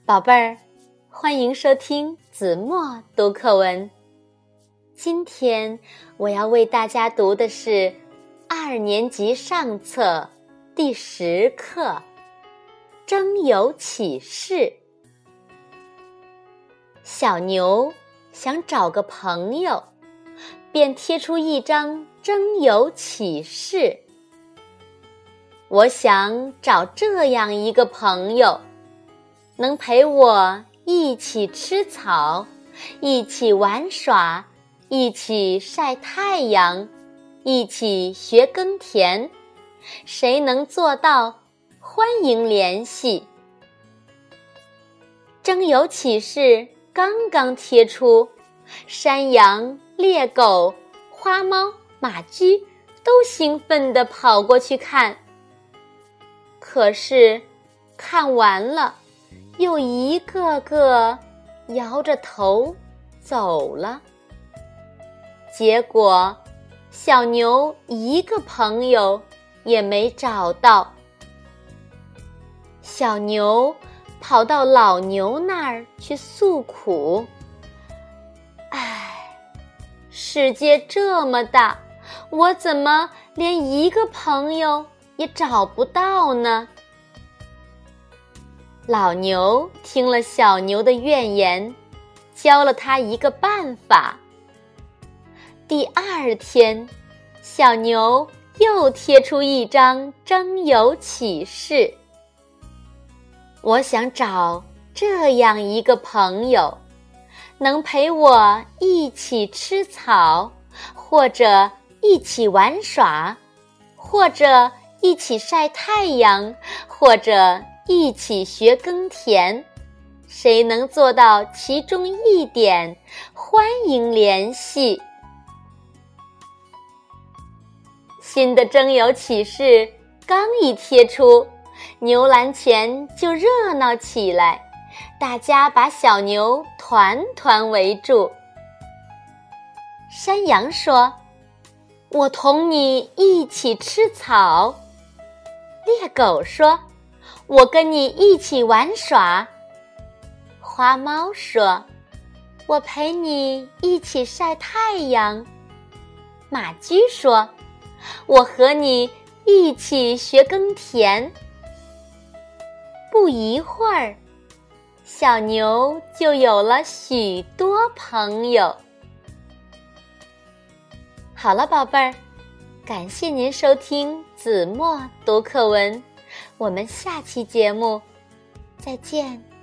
宝贝儿，欢迎收听子墨读课文。今天我要为大家读的是2年级上册第10课《征友启事》。小牛想找个朋友，便贴出一张征友启事。我想找这样一个朋友，能陪我一起吃草，一起玩耍，一起晒太阳，一起学耕田。谁能做到？欢迎联系。征友启事刚刚贴出，山羊、猎狗、花猫、马驹都兴奋地跑过去看。可是看完了，又一个个摇着头走了。结果小牛一个朋友也没找到。小牛跑到老牛那儿去诉苦：唉，世界这么大，我怎么连一个朋友也找不到呢？老牛听了小牛的怨言，教了他一个办法。第2天，小牛又贴出一张征友启事。我想找这样一个朋友，能陪我一起吃草，或者一起玩耍，或者一起晒太阳，或者一起学耕田。谁能做到其中一点？欢迎联系。新的征友启事刚一贴出，牛栏前就热闹起来，大家把小牛团团围住。山羊说：我同你一起吃草。猎狗说：我跟你一起玩耍。花猫说：我陪你一起晒太阳。马驹说：我和你一起学耕田。不一会儿，小牛就有了许多朋友。好了，宝贝儿，感谢您收听子墨读课文，我们下期节目再见。